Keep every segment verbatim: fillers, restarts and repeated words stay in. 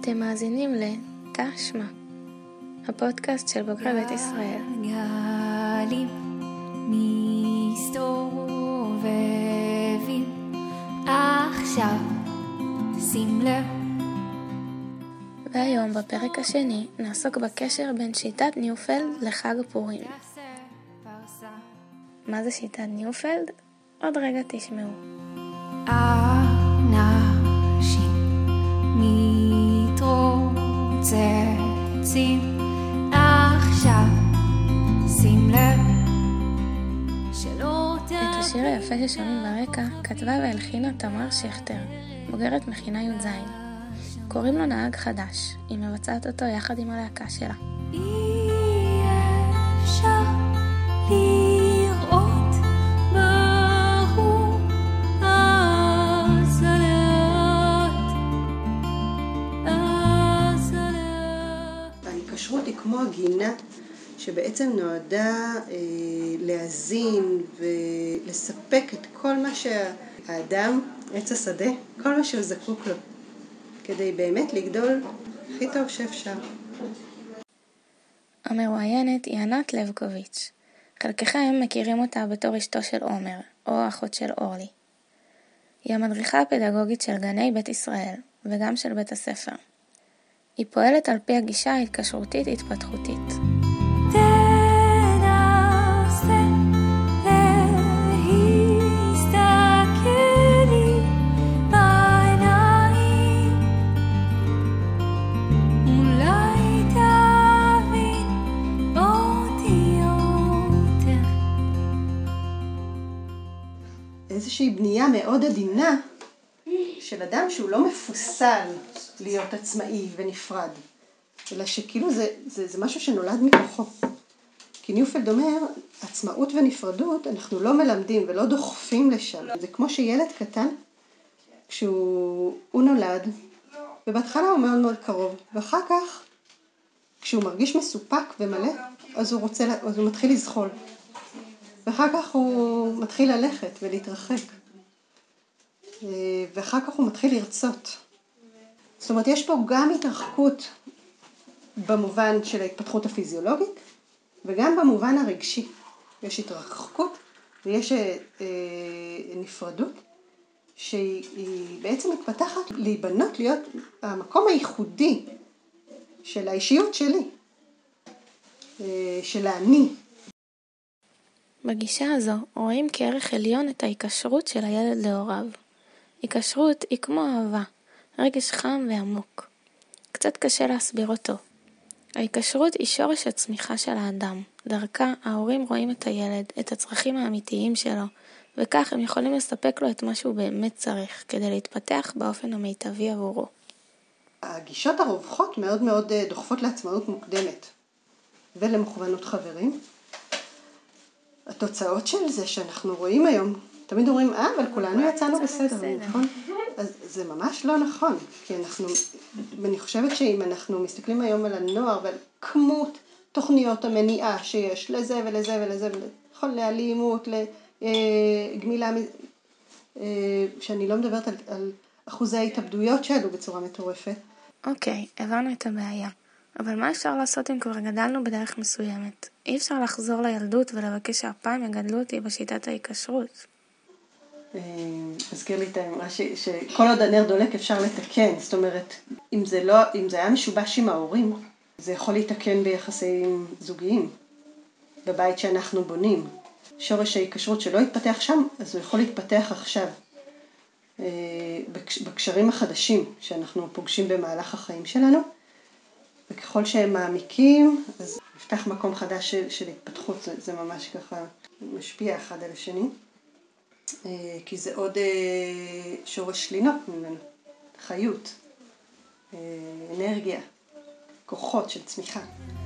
אתם מאזינים לתשמע, הפודקאסט של בוגרי בית ישראל. גלים מסתובבים עכשיו, שים לב. והיום בפרק השני נעסוק בקשר בין שיטת ניופלד לחג הפורים. מה זה שיטת ניופלד? עוד רגע תשמעו. אנשים מתרוצצים עכשיו, שים לב שלא תבין. את השיר היפה ששומעים ברקע כתבה והלחינה תמר שכטר, בוגרת מכינה י"ז. קוראים לו נהג חדש, היא מבצעת אותו יחד עם הלהקה שלה. אי אפשר לראות ברור אז לאט, אז לאט. ההיקשרות היא כמו הגינה שבעצם נועדה אה, להזין ולספק את כל מה שהאדם, עץ השדה, כל מה שהוא זקוק לו, כדי באמת לגדול הכי טוב שאפשר. המרואיינת היא ענת לבקוביץ'. חלקכם מכירים אותה בתור אשתו של עומר, או האחות של אורלי. היא המדריכה הפדגוגית של גני בית ישראל, וגם של בית הספר. היא פועלת על פי הגישה ההתקשרותית התפתחותית. איזושהי בנייה מאוד עדינה של אדם שהוא לא מפוסל להיות עצמאי ונפרד, אלא שכאילו זה, זה, זה משהו שנולד מתוכו. כי ניופלד אומר, עצמאות ונפרדות אנחנו לא מלמדים ולא דוחפים לשם. זה כמו שילד קטן, כשהוא נולד, ובהתחלה הוא מאוד מאוד קרוב, ואחר כך, כשהוא מרגיש מסופק ומלא, אז הוא, רוצה, אז הוא מתחיל לזחול. ואחר כך הוא מתחיל ללכת ולהתרחק. ואחר כך הוא מתחיל לרצות. זאת אומרת, יש פה גם התרחקות במובן של ההתפתחות הפיזיולוגית, וגם במובן הרגשי. יש התרחקות ויש אה, נפרדות, שהיא בעצם מתפתחת להיבנות להיות המקום הייחודי של האישיות שלי, אה, של האני. בגישה הזו רואים כערך עליון את ההיקשרות של הילד להוריו. היקשרות היא כמו אהבה, רגש חם ועמוק. קצת קשה להסביר אותו. ההיקשרות היא שורש הצמיחה של האדם. דרכה ההורים רואים את הילד, את הצרכים האמיתיים שלו, וכך הם יכולים לספק לו את מה שהוא באמת צריך, כדי להתפתח באופן המיטבי עבורו. הגישות הרווחות מאוד מאוד דוחפות לעצמאות מוקדמת ולמוכוונות חברים. התוצאות של זה שאנחנו רואים היום, תמיד אומרים, אה, אבל כולנו יצאנו בסדר, נכון? אז זה ממש לא נכון, כי אנחנו, ואני חושבת שאם אנחנו מסתכלים היום על הנוער ועל כמות תוכניות המניעה שיש לזה ולזה ולזה, נכון, לאלימות, לגמילה, שאני לא מדברת על, על אחוזי ההתאבדויות שעלו בצורה מטורפת. אוקיי, הבנו את הבעיה. אבל מה אפשר לעשות אם כבר גדלנו בדרך מסוימת? אי אפשר לחזור לילדות ולבקש שהפעם יגדלו אותי בשיטת ההיקשרות. מזכיר לי את האמרה שכל עוד הנר דולק אפשר לתקן. זאת אומרת, אם זה, לא, אם זה היה משובש עם ההורים, זה יכול להתקן ביחסים זוגיים, בבית שאנחנו בונים. שורש ההיקשרות שלא יתפתח שם, אז הוא יכול להתפתח עכשיו. בקשרים החדשים שאנחנו פוגשים במהלך החיים שלנו, וככל שהם מעמיקים, אז נפתח מקום חדש של, של התפתחות, זה, זה ממש ככה משפיע אחד על השני, כי זה עוד שורש שלינות ממנו, חיות, אנרגיה, כוחות של צמיחה.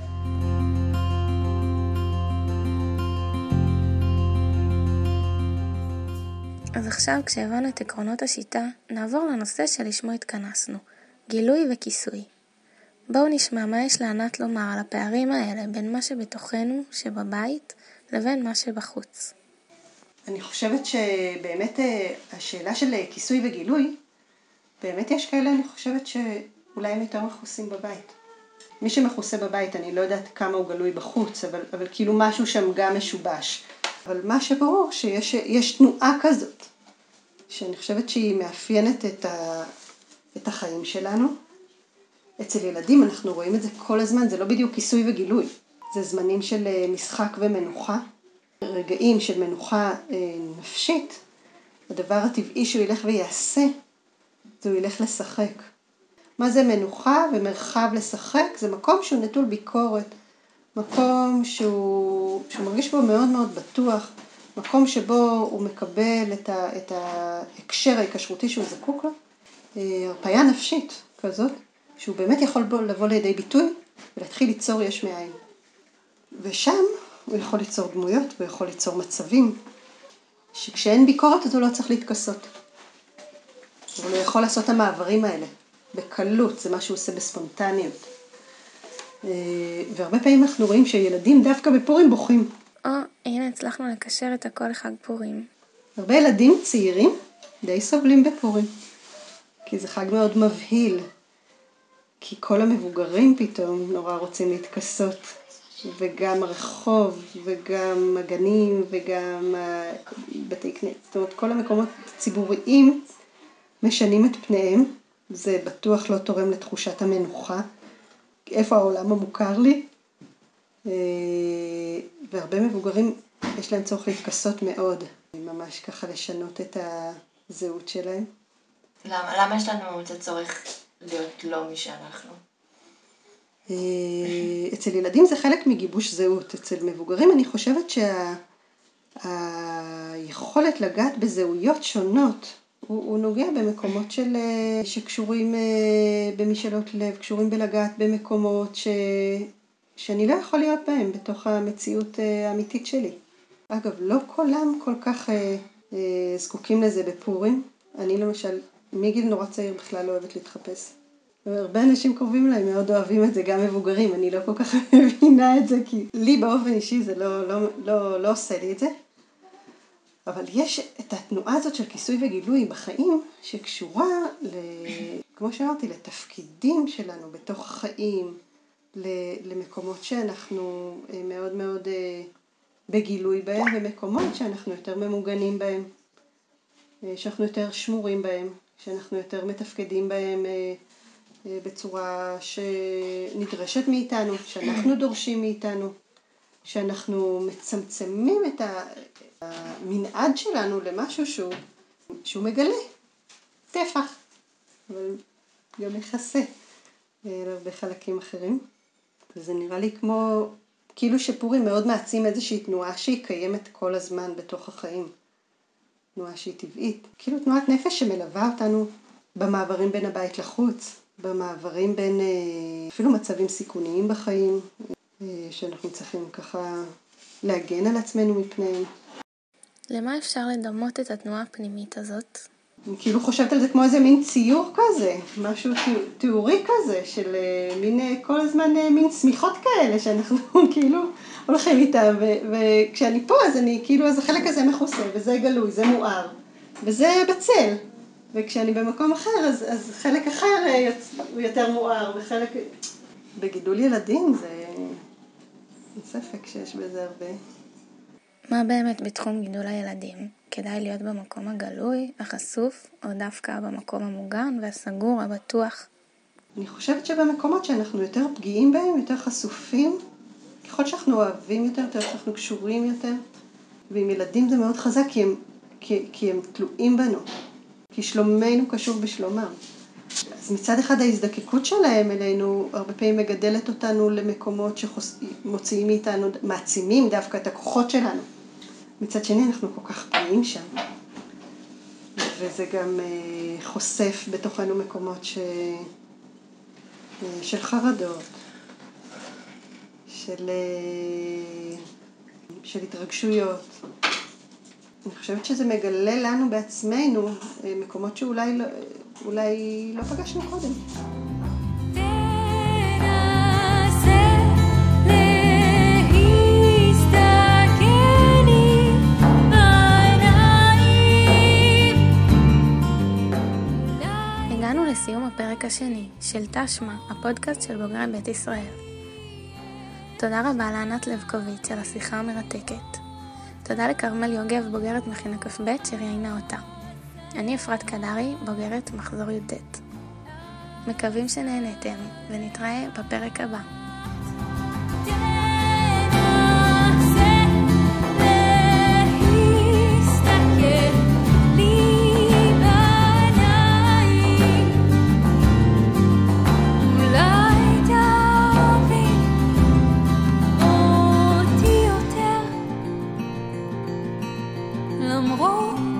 אז עכשיו כשהבנו את עקרונות השיטה, נעבור לנושא שלשמו התכנסנו, גילוי וכיסוי. בואו נשמע מה יש לענת לומר על הפערים האלה בין מה שבתוכנו, שבבית, לבין מה שבחוץ. אני חושבת שבאמת השאלה של כיסוי וגילוי, באמת יש כאלה, אני חושבת אולי הם יותר מכוסים בבית. מי שמכוסה בבית, אני לא יודעת כמה הוא גלוי בחוץ, אבל, אבל כאילו משהו שם גם משובש. אבל מה שברור שיש יש תנועה כזאת, שאני חושבת שהיא מאפיינת את, ה, את החיים שלנו. אצל ילדים אנחנו רואים את זה כל הזמן, זה לא בדיוק כיסוי וגילוי. זה זמנים של משחק ומנוחה, רגעים של מנוחה נפשית. הדבר הטבעי שהוא ילך ויעשה, זה הוא ילך לשחק. מה זה מנוחה ומרחב לשחק? זה מקום שהוא נטול ביקורת, מקום שהוא, שהוא מרגיש בו מאוד מאוד בטוח, מקום שבו הוא מקבל את, ה, את ההקשר ההיקשרותי שהוא זקוק לו, הרפאיה נפשית כזאת, שהוא באמת יכול בו לבוא לידי ביטוי ולהתחיל ליצור יש מאין. ושם הוא יכול ליצור דמויות ויכול ליצור מצבים, שכשאין ביקורת אז הוא לא צריך להתכסות. הוא לא יכול לעשות את המעברים האלה בקלות, זה מה שהוא עושה בספונטניות. והרבה פעמים אנחנו רואים שילדים דווקא בפורים בוכים. או, הנה הצלחנו לקשר את הכל לחג פורים. הרבה ילדים צעירים די סובלים בפורים, כי זה חג מאוד מבהיל, כי כל המבוגרים פתאום נורא רוצים להתכסות, וגם הרחוב, וגם הגנים, וגם בתי כנסת, זאת אומרת, כל המקומות ציבוריים משנים את פניהם, זה בטוח לא תורם לתחושת המנוחה, איפה העולם המוכר לי, והרבה מבוגרים יש להם צורך להתכסות מאוד, ממש ככה לשנות את הזהות שלהם. למה? למה יש לנו את הצורך להיות לא מי שאנחנו? אצל ילדים זה חלק מגיבוש זהות, אצל מבוגרים אני חושבת שהיכולת לגעת בזהויות שונות, הוא, הוא נוגע במקומות של, שקשורים במשאלות לב, קשורים בלגעת במקומות ש, שאני לא יכול להיות בהם בתוך המציאות האמיתית שלי. אגב, לא כולם כל כך זקוקים לזה בפורים. אני למשל, מגיל נורא צעיר בכלל לא אוהבת להתחפש. הרבה אנשים קרובים אליי מאוד אוהבים את זה, גם מבוגרים. אני לא כל כך מבינה את זה, כי לי באופן אישי זה לא, לא, לא, לא עושה לי את זה. אבל יש את התנועה הזאת של כיסוי וגילוי בחיים, שקשורה, ל, כמו שאמרתי, לתפקידים שלנו בתוך החיים, למקומות שאנחנו מאוד מאוד בגילוי בהם, ומקומות שאנחנו יותר ממוגנים בהם, שאנחנו יותר שמורים בהם, שאנחנו יותר מתפקדים בהם בצורה שנדרשת מאיתנו, שאנחנו דורשים מאיתנו, שאנחנו מצמצמים את המנעד שלנו למשהו שהוא, שהוא מגלה, טפח, אבל גם מכסה להרבה חלקים אחרים. וזה נראה לי כמו, כאילו שפורים מאוד מעצים איזושהי תנועה שהיא קיימת כל הזמן בתוך החיים. תנועה שהיא טבעית. כאילו תנועת נפש שמלווה אותנו במעברים בין הבית לחוץ, במעברים בין אפילו מצבים סיכוניים בחיים, שאנחנו צריכים ככה להגן על עצמנו מפניהם. למה אפשר לדמות את התנועה הפנימית הזאת? אני כאילו חושבת על זה כמו איזה מין ציור כזה, משהו תיאורי כזה, של מין כל הזמן מין סמיכות כאלה, שאנחנו כאילו הולכים איתם, וכשאני פה אז אני כאילו, אז החלק הזה מכוסה, וזה גלוי, זה מואר, וזה בצל, וכשאני במקום אחר, אז, אז חלק אחר הוא יותר מואר, וחלק, בגידול ילדים זה, אין ספק שיש בזה הרבה. מה באמת בתחום גידול הילדים? כדאי להיות במקום הגלוי, החשוף, או דווקא במקום המוגן והסגור, הבטוח? אני חושבת שבמקומות שאנחנו יותר פגיעים בהם, יותר חשופים, ככל שאנחנו אוהבים יותר, יותר שאנחנו קשורים יותר, ועם ילדים זה מאוד חזק, כי הם, כי, כי הם תלויים בנו, כי שלומנו קשור בשלומם. אז מצד אחד ההזדקקות שלהם אלינו, הרבה פעמים מגדלת אותנו למקומות שמוציאים מאיתנו, מעצימים דווקא את הכוחות שלנו. מצד שני אנחנו כל כך פגיעים שם, וזה גם חושף בתוכנו מקומות ש... של חרדות, של... של התרגשויות. אני חושבת שזה מגלה לנו בעצמנו מקומות שאולי לא, אולי לא פגשנו קודם. לסיום הפרק השני של תשמע, הפודקאסט של בוגרי בית ישראל. תודה רבה לענת לבקוביץ' על השיחה המרתקת. תודה לקרמל יוגב, בוגרת מכינה כ"ב שראיינה אותה. אני אפרת קדרי, בוגרת מחזור י"ט. מקווים שנהנתם, ונתראה בפרק הבא. למרות